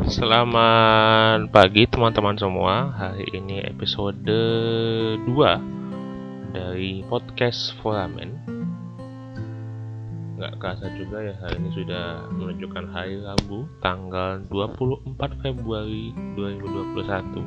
Selamat pagi teman-teman semua. Hari ini episode 2 dari podcast Foramen. Nggak kerasa juga ya, hari ini sudah menunjukkan hari Rabu tanggal 24 Februari 2021.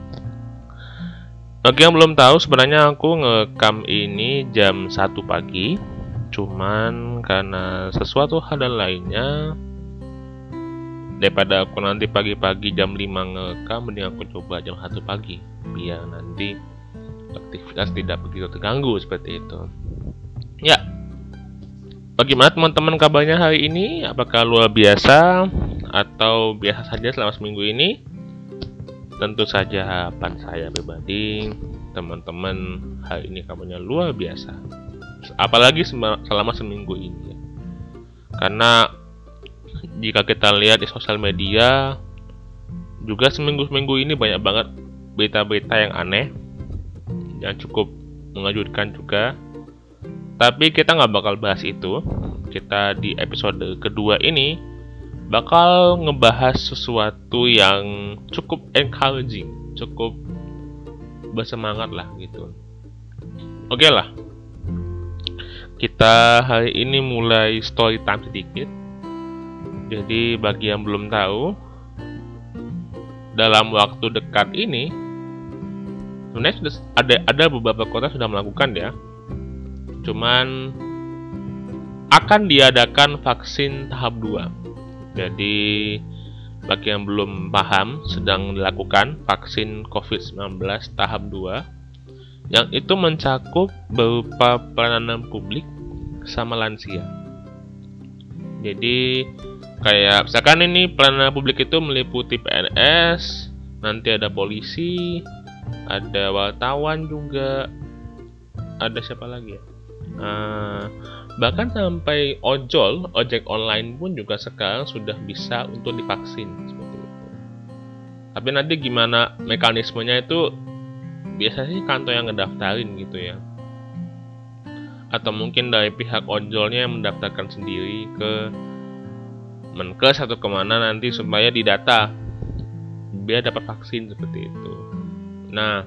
Bagi yang belum tahu, sebenarnya aku ngekam ini jam 1 pagi. Cuman karena sesuatu hal dan lainnya, daripada aku nanti pagi-pagi jam 5 ngekam, mending aku coba jam 1 pagi biar nanti aktivitas tidak begitu terganggu seperti itu. Ya, bagaimana teman-teman kabarnya hari ini? Apakah luar biasa atau biasa saja selama seminggu ini? Tentu saja harapan saya pribadi, teman-teman hari ini kabarnya luar biasa. Apalagi selama seminggu ini, karena jika kita lihat di sosial media juga seminggu-seminggu ini banyak banget berita-berita yang aneh, yang cukup mengejutkan juga. Tapi kita nggak bakal bahas itu. Kita di episode kedua ini bakal ngebahas sesuatu yang cukup encouraging, cukup bersemangat lah gitu. Oke lah, kita hari ini mulai story time sedikit. Jadi bagi yang belum tahu, dalam waktu dekat ini sebenarnya sudah ada beberapa kota sudah melakukan ya. Cuman akan diadakan vaksin tahap 2. Jadi bagi yang belum paham, sedang dilakukan vaksin COVID-19 tahap 2 yang itu mencakup berupa pelayanan publik sama lansia. Jadi kayak misalkan ini pelayanan publik itu meliputi PNS, nanti ada polisi, ada wartawan juga, ada siapa lagi ya? Bahkan sampai ojek online pun juga sekarang sudah bisa untuk divaksin seperti itu. Tapi nanti gimana mekanismenya itu biasanya kantor yang ngedaftarin gitu ya. Atau mungkin dari pihak ojolnya yang mendaftarkan sendiri ke Menkes atau kemana nanti supaya didata biar dapat vaksin seperti itu. Nah,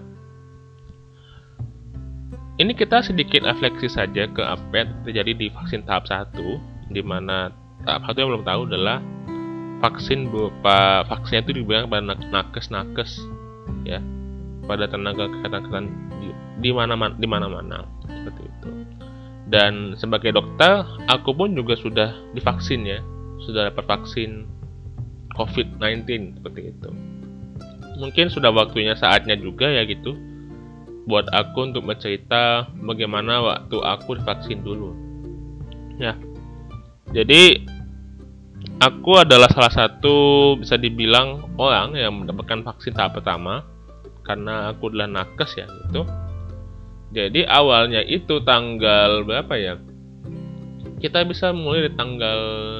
ini kita sedikit refleksi saja ke apa yang terjadi di vaksin tahap 1, di mana tahap 1 yang belum tahu adalah vaksin berupa vaksinnya itu diberikan pada nakes ya, pada tenaga kesehatan di mana-mana seperti itu. Dan sebagai dokter, aku pun juga sudah divaksin ya, sudah dapat vaksin COVID-19 seperti itu. Mungkin sudah waktunya saatnya juga ya gitu buat aku untuk bercerita bagaimana waktu aku divaksin dulu. Ya. Jadi aku adalah salah satu bisa dibilang orang yang mendapatkan vaksin tahap pertama karena aku adalah nakes ya gitu. Jadi awalnya itu tanggal berapa ya? Kita bisa mulai di tanggal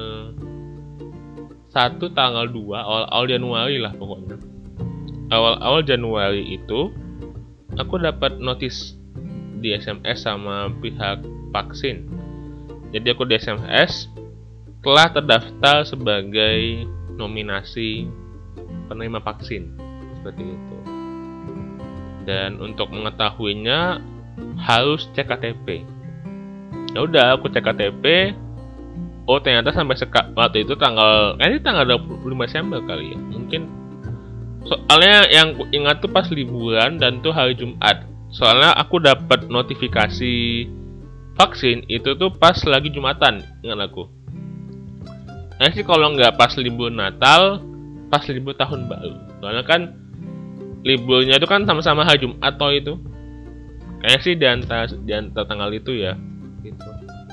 1, tanggal 2, awal Januari lah pokoknya. Awal Januari itu aku dapat notis di SMS sama pihak vaksin. Jadi aku di SMS telah terdaftar sebagai nominasi penerima vaksin seperti itu. Dan untuk mengetahuinya harus cek KTP. Ya udah, aku cek KTP. Oh, ternyata sampai waktu itu tanggal 25 Desember kali ya. Mungkin soalnya yang ingat tuh pas liburan dan tuh hari Jumat. Soalnya aku dapat notifikasi vaksin itu tuh pas lagi Jumatan, ingat aku. Nah sih kalau nggak pas libur Natal, pas libur tahun baru. Soalnya kan liburnya itu kan sama-sama hari Jumat atau itu. Kayaknya sih di antara tanggal itu ya. Gitu.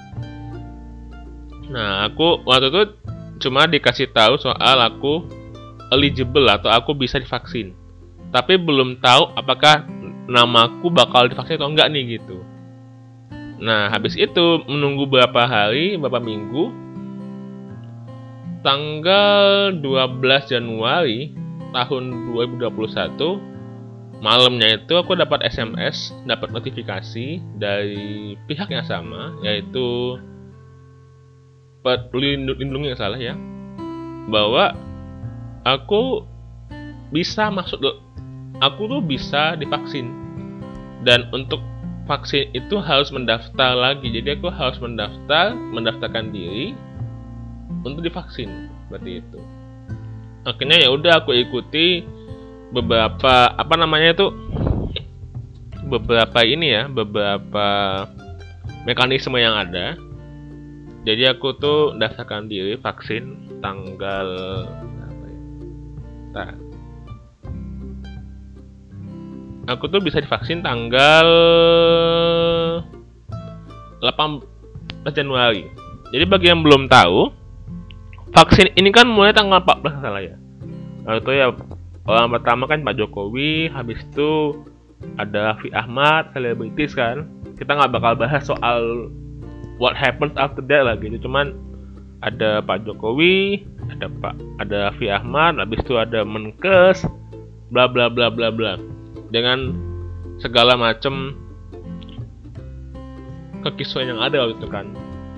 Nah, aku waktu itu cuma dikasih tahu soal aku eligible atau aku bisa divaksin. Tapi belum tahu apakah namaku bakal divaksin atau enggak nih gitu. Nah, habis itu menunggu beberapa minggu. Tanggal 12 Januari tahun 2021 malamnya itu aku dapat SMS, dapat notifikasi dari pihak yang sama, yaitu Peduli Lindungi yang salah ya, bahwa aku bisa aku tuh bisa divaksin, dan untuk vaksin itu harus mendaftar lagi. Jadi aku harus mendaftarkan diri untuk divaksin seperti itu. Akhirnya ya udah aku ikuti beberapa beberapa mekanisme yang ada. Jadi aku tuh daftarkan diri vaksin tanggal apa ya? Aku tuh bisa divaksin tanggal 18 Januari. Jadi bagi yang belum tahu, vaksin ini kan mulai tanggal 14 salah ya. Lalu itu ya orang pertama kan Pak Jokowi, habis itu ada Raffi Ahmad, selebritis kan. Kita nggak bakal bahas soal what happens after that lah gitu. Cuman ada Pak Jokowi, ada Raffi Ahmad, habis itu ada Menkes, bla bla bla bla bla. Dengan segala macam kekisruhan yang ada waktu itu kan.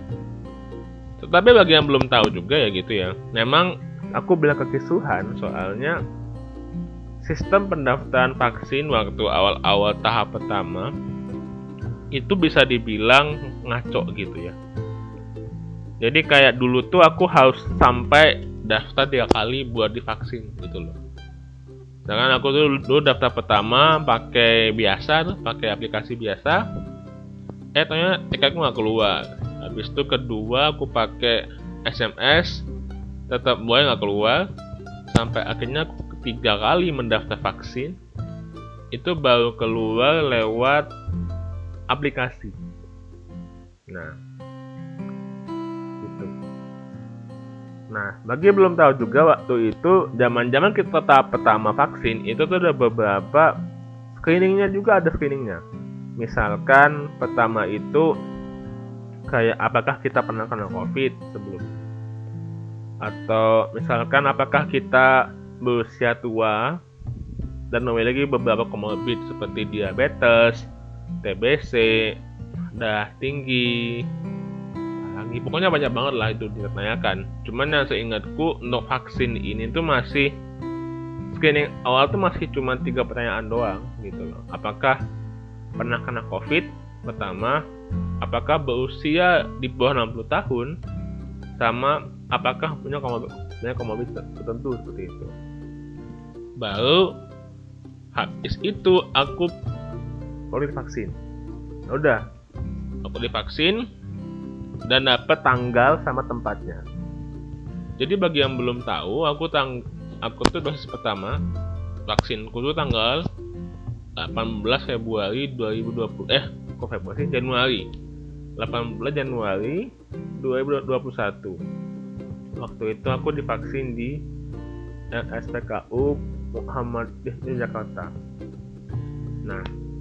Tetapi bagi yang belum tahu juga ya gitu ya, memang aku bilang kekisruhan soalnya sistem pendaftaran vaksin waktu awal-awal tahap pertama itu bisa dibilang ngaco gitu ya. Jadi kayak dulu tuh aku harus sampai daftar 3 kali buat divaksin gitu loh. Sedangkan aku dulu daftar pertama pakai aplikasi biasa. Ternyata tiketku nggak keluar. Habis itu kedua aku pakai SMS, tetap nggak keluar. Sampai akhirnya aku ketiga kali mendaftar vaksin, itu baru keluar lewat aplikasi. Nah, gitu. Nah, bagi yang belum tahu juga waktu itu zaman kita tahap pertama vaksin itu tuh ada beberapa screeningnya juga, ada screeningnya. Misalkan pertama itu kayak apakah kita pernah kena COVID sebelumnya, atau misalkan apakah kita berusia tua dan memiliki beberapa komorbid seperti diabetes, TBC, darah tinggi, pokoknya banyak banget lah itu ditanyakan. Cuman yang seingatku untuk vaksin ini tuh masih screening awal tuh masih cuma 3 pertanyaan doang gitu loh. Apakah pernah kena COVID pertama, apakah berusia di bawah 60 tahun, sama apakah punya komorbid tertentu seperti itu. Baru habis itu aku divaksin. Udah, aku divaksin dan dapat tanggal sama tempatnya. Jadi bagi yang belum tahu, aku tuh dosis pertama vaksinku tuh tanggal 18 Februari 2020. Januari. 18 Januari 2021. Waktu itu aku divaksin di SPKU Muhammadiyah Jakarta. Nah,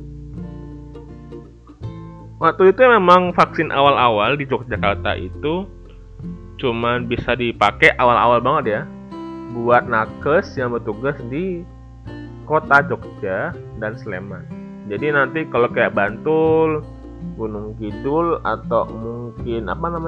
waktu itu memang vaksin awal-awal di Yogyakarta itu cuman bisa dipakai awal-awal banget ya buat nakes yang bertugas di kota Jogja dan Sleman. Jadi nanti kalau kayak Bantul, Gunung Kidul, atau mungkin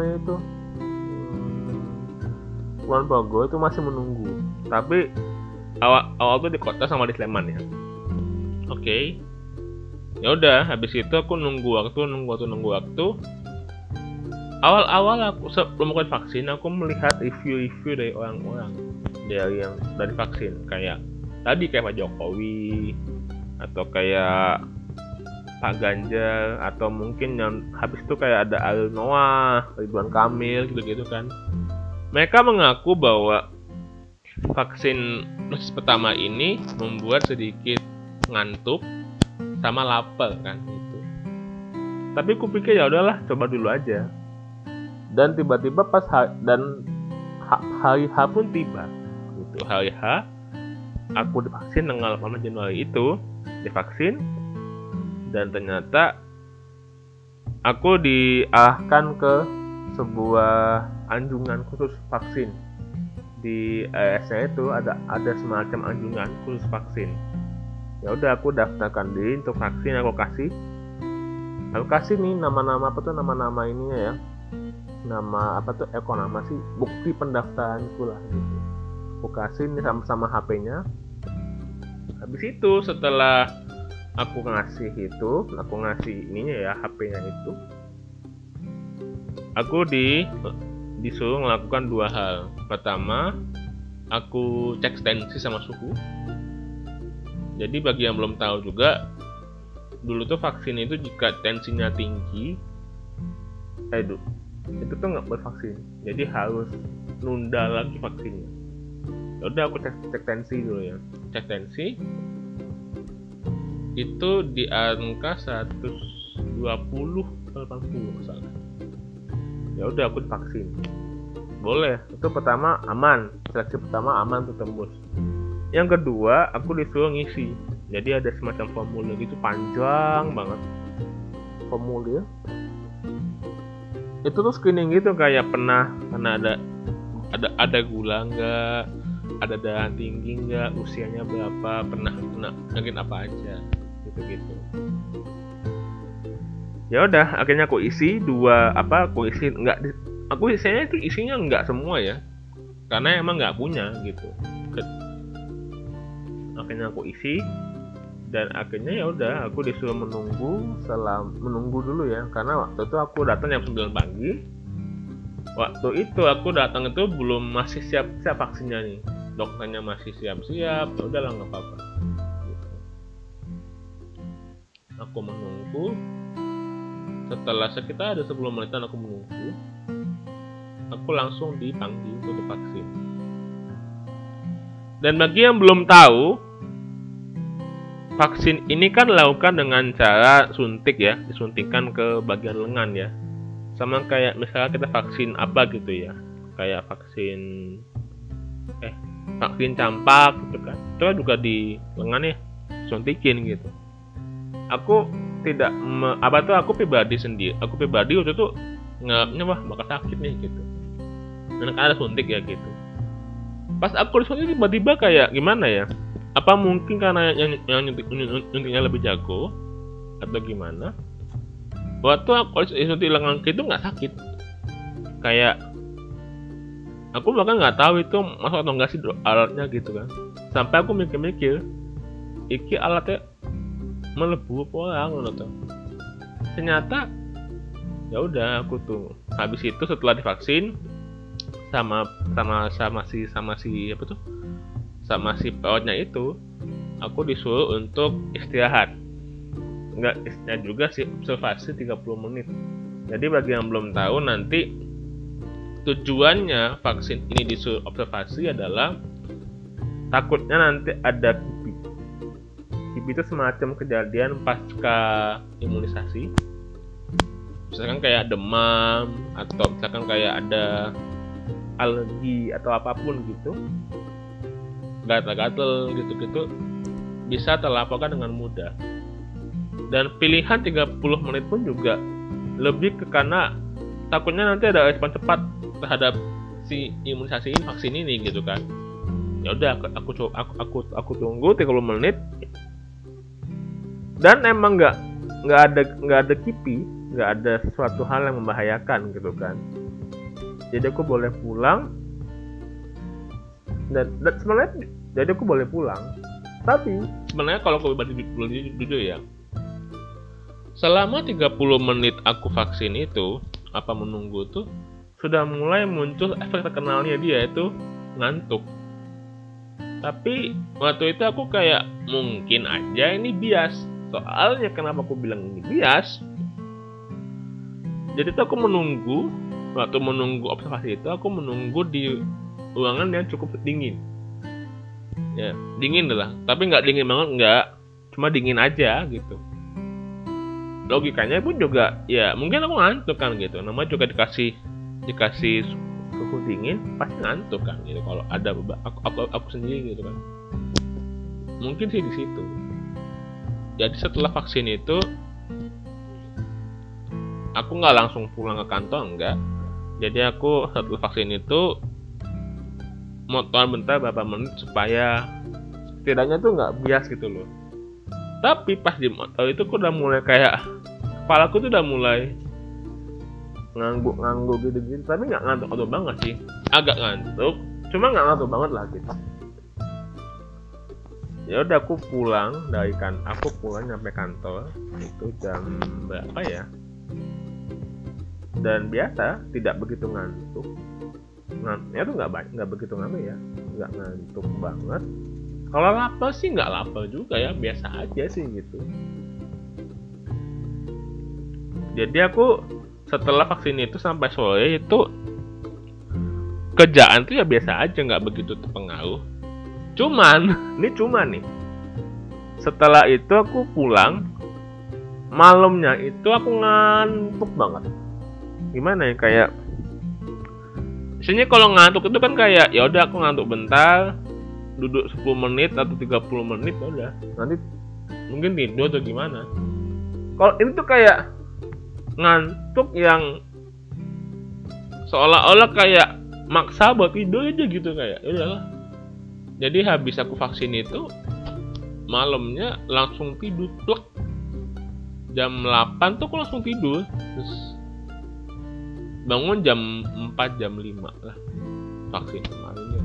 Kulon Progo itu masih menunggu. Tapi awal tuh di kota sama di Sleman ya. Oke. Ya udah, habis itu aku nunggu waktu. Awal-awal aku sebelum aku vaksin, aku melihat review dari orang-orang dari vaksin, kayak Pak Jokowi, atau kayak Pak Ganjar, atau mungkin yang habis itu kayak ada Ariel Noah, Ridwan Kamil gitu-gitu kan. Mereka mengaku bahwa vaksin dosis pertama ini membuat sedikit ngantuk sama lapar kan gitu. Tapi aku pikir ya udahlah, coba dulu aja. Dan tiba-tiba pas hari H pun tiba gitu. Hari H aku divaksin tanggal 8 Januari itu, divaksin, dan ternyata aku diarahkan ke sebuah anjungan khusus vaksin. Di AS-nya itu ada semacam anjungan khusus vaksin. Ya udah, aku daftarkan diri untuk vaksin. Aku kasih nih nama-nama ininya ya. Nama bukti pendaftaranku lah gitu. aku kasih nih sama HP-nya. Habis itu setelah aku ngasih ininya ya, HP-nya itu, aku disuruh melakukan 2 hal. Pertama, aku cek tensi sama suhu. Jadi bagi yang belum tahu juga, dulu tuh vaksin itu jika tensinya tinggi, itu tuh nggak boleh vaksin. Jadi harus nunda lagi vaksinnya. Udah aku cek tensi dulu ya. Cek tensi itu di angka 120/80 misalnya. Ya udah aku divaksin. Boleh. Itu pertama aman. Seleksi pertama aman tuh tembus. Yang kedua, aku disuruh ngisi. Jadi ada semacam formulir gitu, panjang banget formulir. Itu tuh screening gitu, kayak pernah ada gula nggak, ada darah tinggi nggak, usianya berapa, pernah kena penyakit apa aja, gitu. Ya udah, akhirnya aku isi isinya nggak semua ya, karena emang nggak punya gitu. Akhirnya aku isi, dan akhirnya ya udah aku disuruh menunggu dulu ya, karena waktu itu aku datang jam 9 pagi. Waktu itu aku datang itu masih siap vaksinnya nih, dokternya masih siap-siap. Ya udahlah, nggak apa-apa gitu. Aku menunggu. Setelah sekitar ada 10 menitan aku menunggu, aku langsung dipanggil untuk divaksin. Dan bagi yang belum tahu, vaksin ini kan dilakukan dengan cara suntik ya, disuntikkan ke bagian lengan ya. Sama kayak misalnya kita vaksin apa gitu ya, kayak vaksin campak gitu kan, itu juga di lengan ya, suntikin gitu. Aku pribadi waktu itu nganggapnya wah bakal sakit nih gitu, dan kan ada suntik ya gitu. Pas aku disuntik tiba-tiba kayak gimana ya, apa mungkin karena yang nyuntiknya lebih jago atau gimana, waktu aku disuntik lengan itu nggak sakit. Kayak aku bahkan nggak tahu itu masuk atau nggak sih alatnya gitu kan, sampai aku mikir-mikir iki alatnya melebu pola ngono. Ternyata ya udah, aku tuh habis itu setelah divaksin sama si perawatnya itu, aku disuruh untuk istirahat. Nggak istirahat juga sih, observasi 30 menit. Jadi bagi yang belum tahu, nanti tujuannya vaksin ini disuruh observasi adalah takutnya nanti ada kipi. Kipi itu semacam kejadian pasca imunisasi. Misalkan kayak demam, atau misalkan kayak ada alergi atau apapun gitu, gatal-gatal gitu-gitu, bisa terlaporkan dengan mudah. Dan pilihan 30 menit pun juga lebih ke karena takutnya nanti ada respon cepat terhadap si imunisasi ini, vaksin ini gitu kan. Ya udah, aku tunggu 30 menit, dan emang nggak ada kipi, nggak ada sesuatu hal yang membahayakan gitu kan. Jadi aku boleh pulang, dan sebenarnya jadi aku boleh pulang. Tapi sebenarnya kalau aku jujur ya, selama 30 menit aku vaksin itu, menunggu tuh sudah mulai muncul efek terkenalnya dia, itu ngantuk. Tapi waktu itu aku kayak mungkin aja ini bias. Soalnya kenapa aku bilang ini bias? Jadi tuh aku menunggu, waktu menunggu observasi itu aku menunggu di ruangan yang cukup dingin. Ya, dingin lah, tapi nggak dingin banget, nggak, cuma dingin aja gitu. Logikanya pun juga ya mungkin aku ngantuk kan gitu, namanya juga dikasih suhu dingin pasti ngantuk kan gitu, kalau ada aku sendiri gitu kan. Mungkin sih di situ. Jadi setelah vaksin itu aku nggak langsung pulang ke kantor, enggak. Jadi aku setelah vaksin itu motor bentar beberapa menit supaya setidaknya tuh nggak bias gitu loh. Tapi pas di motor itu aku udah mulai kayak kepalaku tuh udah mulai ngangguk gitu, tapi nggak ngantuk banget sih, agak ngantuk, cuma nggak ngantuk banget lah gitu. Ya udah aku pulang nyampe kantor itu jam berapa ya, dan biasa tidak begitu ngantuk. Ngantuknya tuh nggak begitu ngantuk ya, nggak ngantuk banget. Kalau lapar sih nggak lapar juga ya, biasa aja sih gitu. Jadi aku setelah vaksin itu sampai sore itu kerjaan tuh ya biasa aja, nggak begitu terpengaruh. Cuman nih, setelah itu aku pulang, malamnya itu aku ngantuk banget. Gimana ya, kayak biasanya kalau ngantuk itu kan kayak ya udah aku ngantuk bentar, duduk 10 menit atau 30 menit udah, nanti mungkin tidur atau gimana. Kalau ini tuh kayak ngantuk yang seolah-olah kayak maksa buat tidur aja gitu, kayak ya udahlah. Jadi habis aku vaksin itu malamnya langsung tidur plek. Jam 8 tuh aku langsung tidur. Terus bangun jam 4 jam 5 lah vaksin kemarinnya.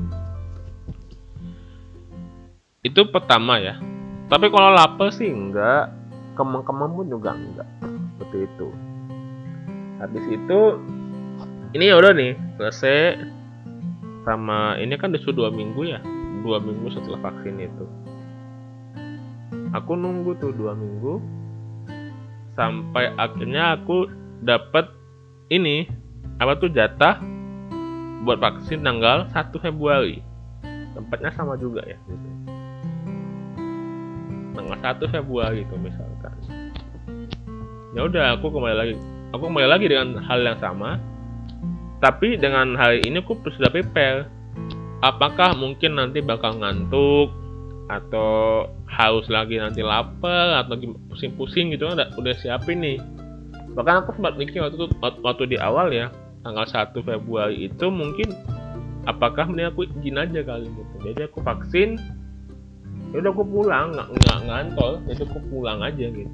Itu pertama ya. Tapi kalau lapar sih enggak, kemeng-kemeng pun juga enggak. Seperti itu. Habis itu ini ya udah nih selesai. Sama ini kan disuruh 2 minggu ya. 2 minggu setelah vaksin itu aku nunggu tuh 2 minggu sampai akhirnya aku dapat ini jatah buat vaksin tanggal 1 Februari. Tempatnya sama juga ya gitu. Tanggal 1 Februari itu misalkan. Ya udah aku kembali lagi dengan hal yang sama. Tapi dengan hari ini aku sudah prepare. Apakah mungkin nanti bakal ngantuk atau haus lagi nanti lapar atau pusing-pusing gitu kan, udah siapin nih. Bahkan aku sempat mikir waktu di awal ya, tanggal 1 Februari itu mungkin apakah mending aku izin aja kali gitu. Jadi aku vaksin, ya udah aku pulang, nggak ngantol, jadi aku pulang aja gitu.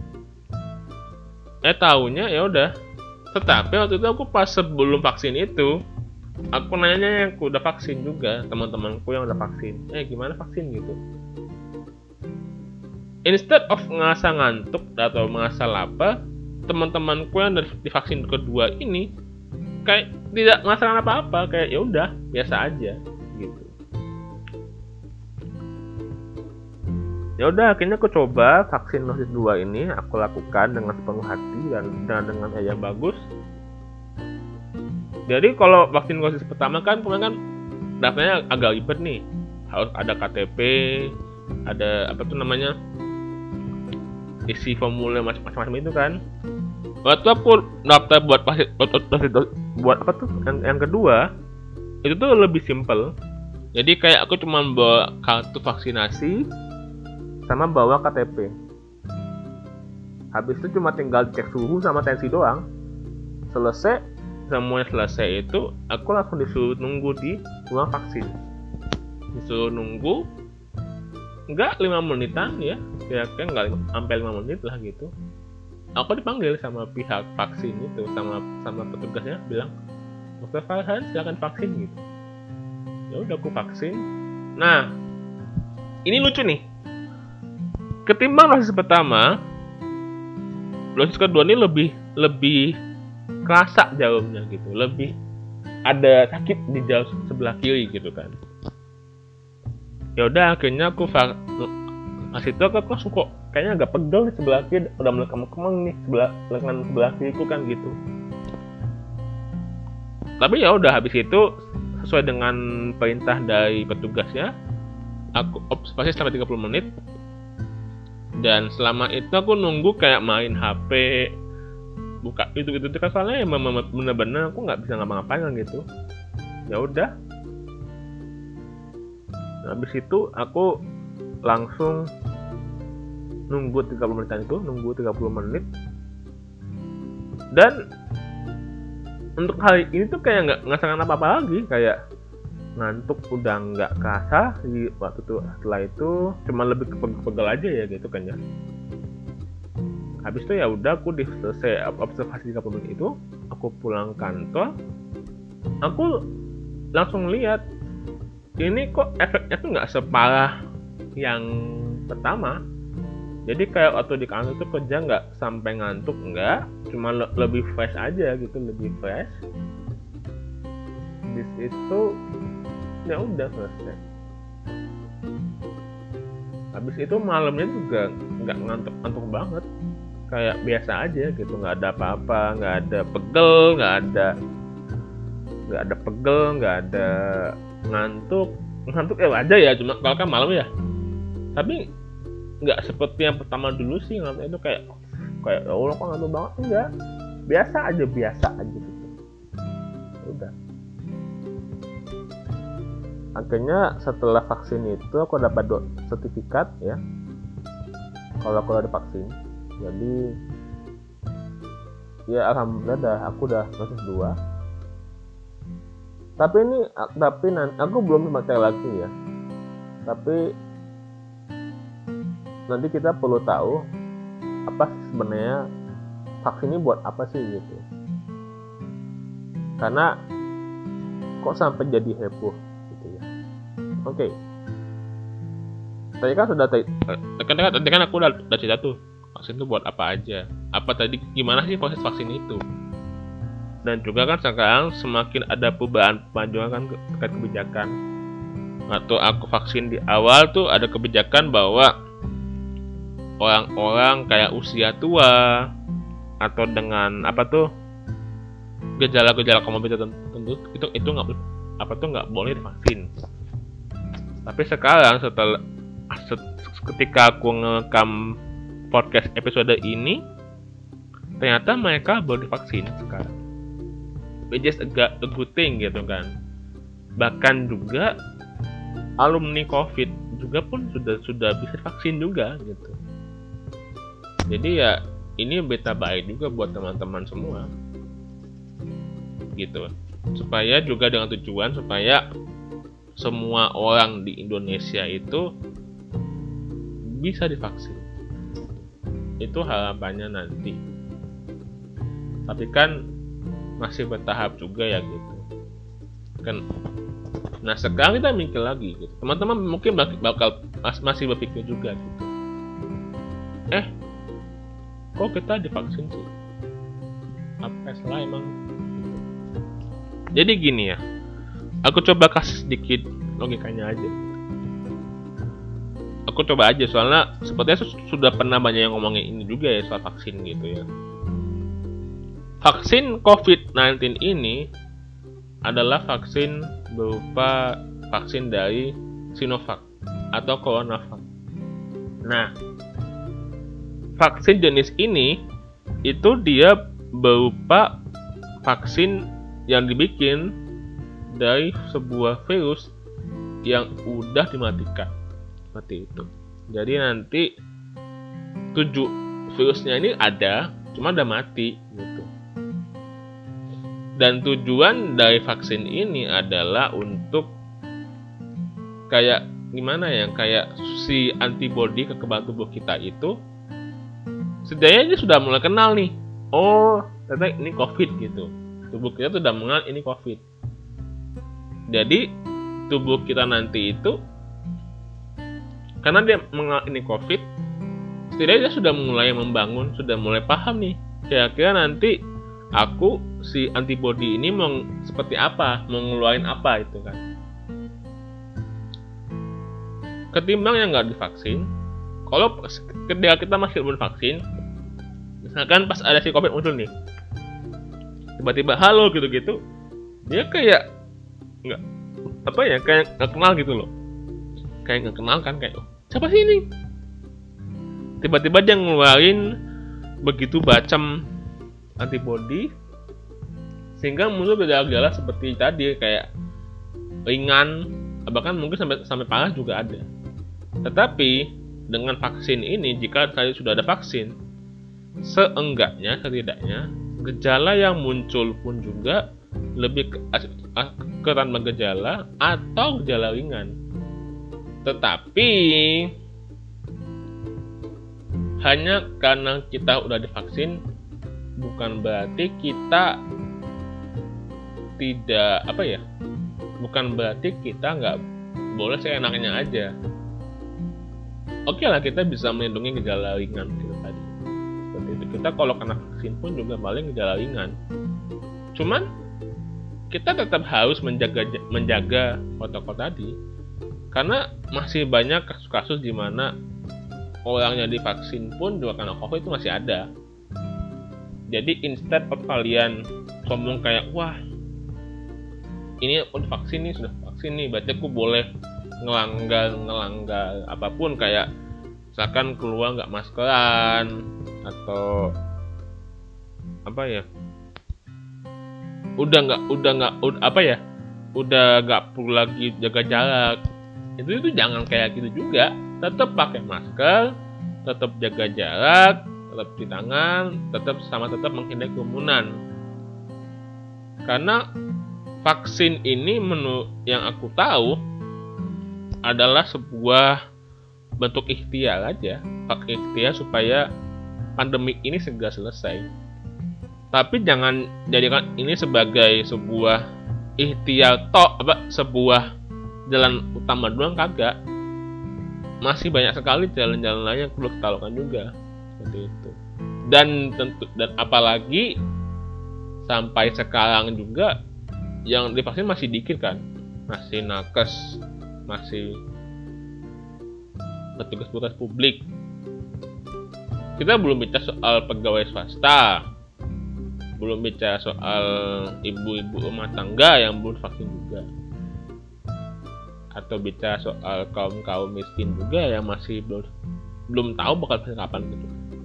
Taunya ya udah. Tetapi waktu itu aku pas sebelum vaksin itu aku nanya yang udah vaksin juga, teman-temanku yang udah vaksin, gimana vaksin gitu. Instead of ngerasa ngantuk atau ngerasa lapar, teman-temanku yang udah divaksin kedua ini kayak tidak merasakan apa-apa, kayak ya udah biasa aja gitu. Ya udah akhirnya aku coba vaksin dosis 2 ini, aku lakukan dengan sepenuh hati dan dengan yang bagus. Jadi kalau vaksin dosis pertama kan kemarin kan daftarnya agak ribet nih, harus ada KTP, ada apa tuh namanya, isi formulir macam-macam itu kan. Waktu aku daftar buat apa tuh yang kedua itu tuh lebih simple. Jadi kayak aku cuma bawa kartu vaksinasi sama bawa KTP. Habis itu cuma tinggal cek suhu sama tensi doang. Semuanya selesai itu aku langsung disuruh nunggu di ruang vaksin. Disuruh nunggu enggak 5 menitan ya, kira-kira enggak sampai 5 menit lah gitu. Aku dipanggil sama pihak vaksin itu, sama petugasnya bilang, "Dr. Farhan silakan vaksin" gitu. Ya udah aku vaksin. Nah, ini lucu nih. Ketimbang dosis pertama, dosis kedua ini lebih kerasa jarumnya gitu, lebih ada sakit di jauh sebelah kiri gitu kan. Ya udah akhirnya aku pas itu aku langsung kok kayaknya agak pegel di sebelah kiri, udah mulai kemeng nih lengan sebelah kiriku kan gitu. Tapi ya udah habis itu sesuai dengan perintah dari petugasnya, aku observasi selama 30 menit. Dan selama itu aku nunggu kayak main HP, buka itu kan, soalnya emang bener-bener aku nggak bisa ngapa-ngapain kan gitu. Ya udah. Nah, habis itu aku langsung nunggu 30 menitan itu, nunggu 30 menit. Dan untuk hari ini tuh kayak nggak ngerasakan apa-apa lagi, kayak ngantuk udah nggak kerasa di waktu itu. Setelah itu cuma lebih pegel aja ya gitu kan ya. Habis itu ya udah aku selesai observasi 30 menit itu, aku pulang kantor, aku langsung lihat ini kok efeknya tuh nggak separah yang pertama. Jadi kayak waktu di kantor tuh kerja nggak sampai ngantuk, nggak, cuma lebih fresh aja gitu, lebih fresh. Habis itu ya udah selesai. Habis itu malamnya juga nggak ngantuk banget, kayak biasa aja gitu, nggak ada apa-apa, nggak ada pegel, nggak ada ngantuk aja ya, cuma kalau kan malam ya. Tapi nggak seperti yang pertama dulu sih, ngantuk itu kayak ya Allah kok ngantuk banget, enggak, biasa aja gitu. Udah. Akhirnya setelah vaksin itu aku dapat sertifikat ya, kalau aku udah divaksin. Jadi ya alhamdulillah aku udah dosis 2. Tapi nanti aku belum sempat cek lagi ya. Tapi nanti kita perlu tahu apa sebenarnya vaksin ini buat apa sih gitu. Karena kok sampai jadi heboh gitu ya. Oke. Tadi kan aku udah cerita tuh vaksin itu buat apa aja. Apa tadi gimana sih proses vaksin itu? Dan juga kan sekarang semakin ada perubahan kan terkait kebijakan. Waktu aku vaksin di awal tuh ada kebijakan bahwa orang-orang kayak usia tua atau dengan gejala-gejala komorbid tertentu itu nggak boleh divaksin. Tapi sekarang ketika aku ngerekam podcast episode ini, ternyata mereka baru divaksin sekarang, which is a good thing gitu kan. Bahkan juga alumni COVID juga pun sudah bisa divaksin juga gitu. Jadi ya ini berita baik juga buat teman-teman semua gitu, supaya juga dengan tujuan supaya semua orang di Indonesia itu bisa divaksin. Itu harapannya nanti. Tapi kan masih bertahap juga ya gitu kan. Nah sekarang kita mikir lagi gitu. Teman-teman mungkin masih berpikir juga gitu, kok kita divaksin sih, apa salah emang gitu. Jadi gini ya, aku coba kasih sedikit logikanya aja. Aku coba aja, soalnya sepertinya sudah pernah banyak yang ngomongin ini juga ya soal vaksin gitu ya. Vaksin COVID-19 ini adalah vaksin berupa vaksin dari Sinovac atau CoronaVac. Nah, vaksin jenis ini itu dia berupa vaksin yang dibikin dari sebuah virus yang udah dimatikan, seperti itu. Jadi nanti 7 virusnya ini ada, cuma udah mati gitu. Dan tujuan dari vaksin ini adalah untuk kayak gimana ya, kayak si antibodi kekebalan tubuh kita itu setidaknya dia sudah mulai kenal nih, oh ternyata ini COVID gitu. Tubuh kita sudah mengenal ini COVID. Jadi tubuh kita nanti itu, karena dia mengenal ini COVID, setidaknya dia sudah mulai membangun, sudah mulai paham nih, kira-kira nanti si antibodi ini mau seperti apa, mau ngeluarin apa itu kan. Ketimbang yang nggak divaksin, kalau ketika kita masih belum vaksin, misalkan pas ada si COVID muncul nih, tiba-tiba halo gitu-gitu, dia kayak nggak kenal gitu loh, kayak nggak kenal kan, kayak siapa sih ini, tiba-tiba dia ngeluarin begitu bacem antibodi sehingga muncul gejala-gejala seperti tadi, kayak ringan, bahkan mungkin sampai parah juga ada. Tetapi dengan vaksin ini, jika tadi sudah ada vaksin, setidaknya gejala yang muncul pun juga lebih ke tanpa gejala atau gejala ringan. Tetapi hanya karena kita udah divaksin bukan berarti kita bukan berarti kita boleh seenaknya aja. Oke lah, kita bisa melindungi gejala ringan gitu tadi. Seperti itu. Kita kalau kena vaksin pun juga paling gejala ringan. Cuman kita tetap harus menjaga protokol tadi, karena masih banyak kasus-kasus di mana orang yang divaksin pun juga kena COVID itu masih ada. Jadi instead of kalian sombong kayak, wah ini udah vaksin nih, sudah vaksin nih, berarti aku boleh ngelanggar apapun, kayak misalkan keluar nggak maskeran atau apa ya, udah nggak perlu lagi jaga jarak. Itu jangan kayak gitu juga. Tetap pakai masker, tetap jaga jarak, tetap cuci tangan, tetap menghindari kerumunan. Karena vaksin ini menurut yang aku tahu adalah sebuah bentuk ikhtiar aja, ikhtiar supaya pandemi ini segera selesai. Tapi jangan jadikan ini sebagai sebuah ikhtiar sebuah jalan utama doang, kagak. Masih banyak sekali jalan-jalan lain yang perlu kita lakukan juga, seperti itu. Dan apalagi sampai sekarang juga yang divaksin masih dikit kan, masih nakes, masih petugas publik. Kita belum bicara soal pegawai swasta, belum bicara soal ibu-ibu rumah tangga yang belum vaksin juga, atau bicara soal kaum miskin juga yang masih belum tahu bakal vaksin kapan gitu.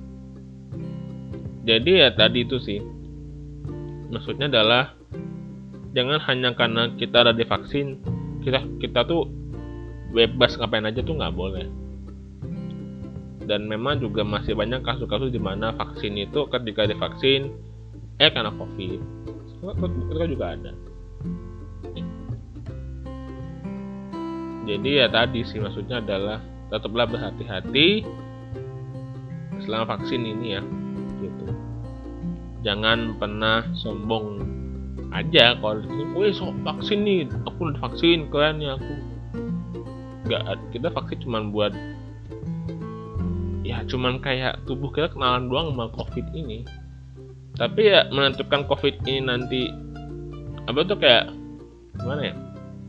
Jadi ya tadi itu sih, maksudnya adalah jangan hanya karena kita ada divaksin kita tuh bebas ngapain aja, tuh nggak boleh. Dan memang juga masih banyak kasus-kasus di mana vaksin itu ketika divaksin karena COVID, itu juga ada. Jadi ya tadi sih, maksudnya adalah tetaplah berhati-hati selama vaksin ini ya, gitu. Jangan pernah sombong aja kalau vaksin nih, aku udah vaksin, keren ya aku. Enggak, kita vaksin cuman buat ya cuman kayak tubuh kita kenalan doang sama COVID ini. Tapi ya menentukan COVID ini nanti apa tuh kayak gimana ya?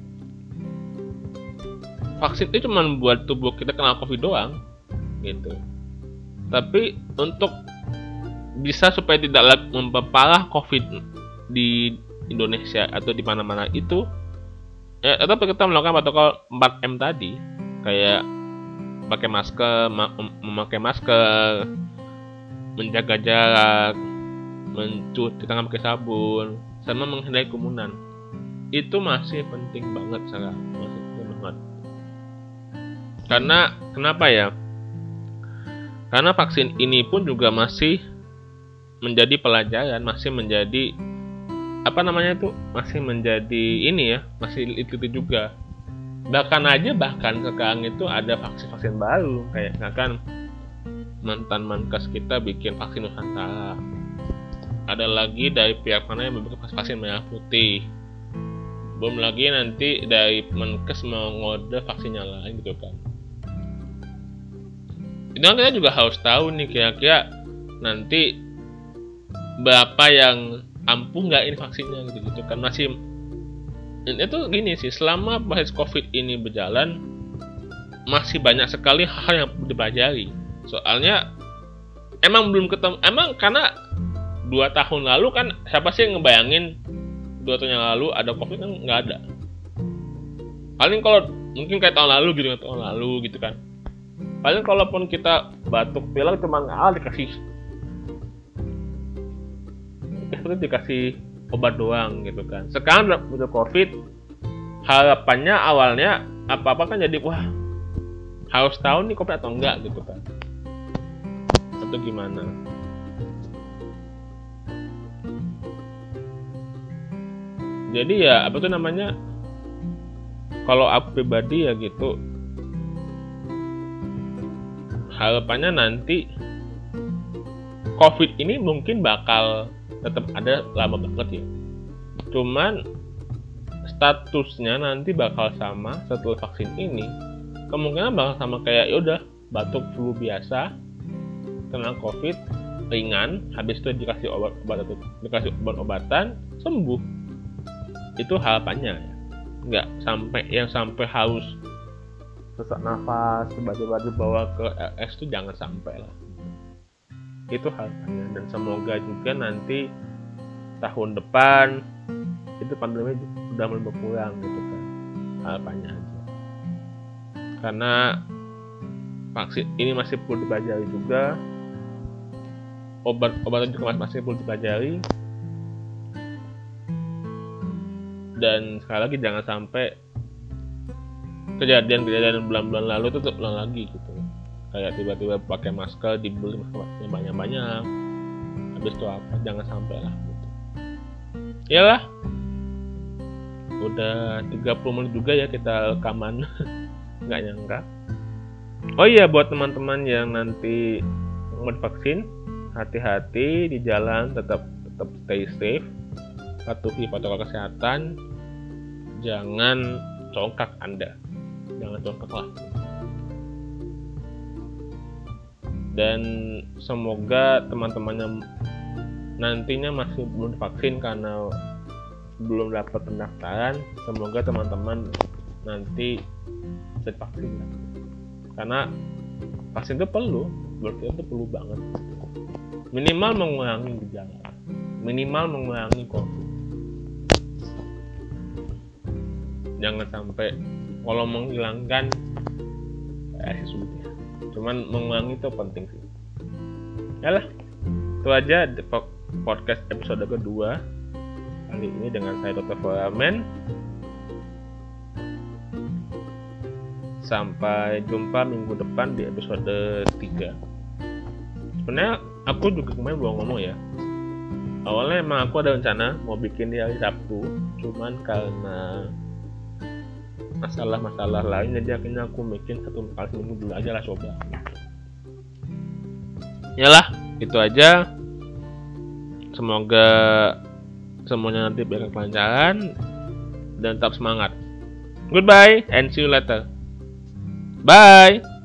Vaksin itu cuma buat tubuh kita kenal COVID doang, gitu. Tapi untuk bisa supaya tidak memperparah COVID di Indonesia atau di mana-mana itu, ya tetap kita melakukan protokol 4M tadi, kayak pakai masker, memakai masker, menjaga jarak, mencuci tangan pakai sabun, sama menghindari kerumunan. Itu masih penting banget, masih penting banget. Karena kenapa ya? Karena vaksin ini pun juga masih menjadi pelajaran, masih menjadi masih menjadi ini ya, masih itu juga. Bahkan sekarang itu ada vaksin baru, kayak misalkan mantan Menkes kita bikin vaksin Nusantara. Ada lagi dari pihak mana yang membuat vaksin merah putih. Belum lagi nanti dari Menkes mau ngode vaksinnya lain gitu kan. Itu kan kita juga harus tahu nih kira-kira nanti berapa yang ampuh nggak ini vaksinnya gitu kan. Masih itu gini sih, selama proses COVID ini berjalan masih banyak sekali hal yang perlu dipelajari. Soalnya emang belum ketemu, emang karena 2 tahun lalu kan siapa sih yang ngebayangin 2 tahun yang lalu ada COVID, kan nggak ada. Paling kalau mungkin kayak tahun lalu gitu kan. Paling kalaupun kita batuk pilek cuma dikasih obat doang gitu kan. Sekarang udah COVID, harapannya awalnya apa-apa kan jadi wah harus tahu nih COVID atau enggak gitu kan, atau gimana. Jadi ya kalau aku pribadi ya gitu, harapannya nanti COVID ini mungkin bakal tetap ada lama banget ya. Cuman statusnya nanti bakal sama setelah vaksin ini, kemungkinan bakal sama kayak yaudah batuk flu biasa, kena covid ringan, habis itu dikasih obat-obatan sembuh. Itu harapannya ya, nggak sampai harus sesak nafas tiba-tiba dibawa ke RS, itu jangan sampai lah. Itu harapannya, dan semoga juga nanti tahun depan itu pandemi sudah mulai berkurang gitu kan, harapannya aja. Karena vaksin ini masih perlu dipelajari juga, obat-obatan juga masih perlu dipelajari, dan sekali lagi jangan sampai kejadian-kejadian bulan-bulan lalu itu terulang lagi gitu. Kayak tiba-tiba pakai masker, dibeli maskernya banyak-banyak, habis itu apa, jangan sampai lah gitu. Iyalah, udah 30 menit juga ya kita rekaman. Nggak nyangka. Oh iya, buat teman-teman yang nanti mau vaksin, hati-hati di jalan, tetap stay safe, patuhi protokol kesehatan, jangan congkak Anda, jangan congkak lah. Dan semoga teman-teman yang nantinya masih belum divaksin karena belum dapat pendaftaran, semoga teman-teman nanti bisa divaksin lah. Karena vaksin itu perlu, berarti itu perlu banget. Minimal mengurangi gejala, minimal mengurangi COVID. Jangan sampai, kalau menghilangkan sulitnya. Cuman mengurangi itu penting sih. Yalah, itu aja podcast episode kedua kali ini dengan saya Dr. Foramen. Sampai jumpa minggu depan di episode 3. Sebenarnya aku juga kemarin belum ngomong ya. Awalnya emang aku ada rencana mau bikin di hari Sabtu, cuman karena masalah-masalah lain jadi akhirnya aku bikin 1 kali seminggu dulu aja lah, coba. Yalah, itu aja. Semoga semuanya nanti berkelancaran dan tetap semangat. Goodbye and see you later. Bye.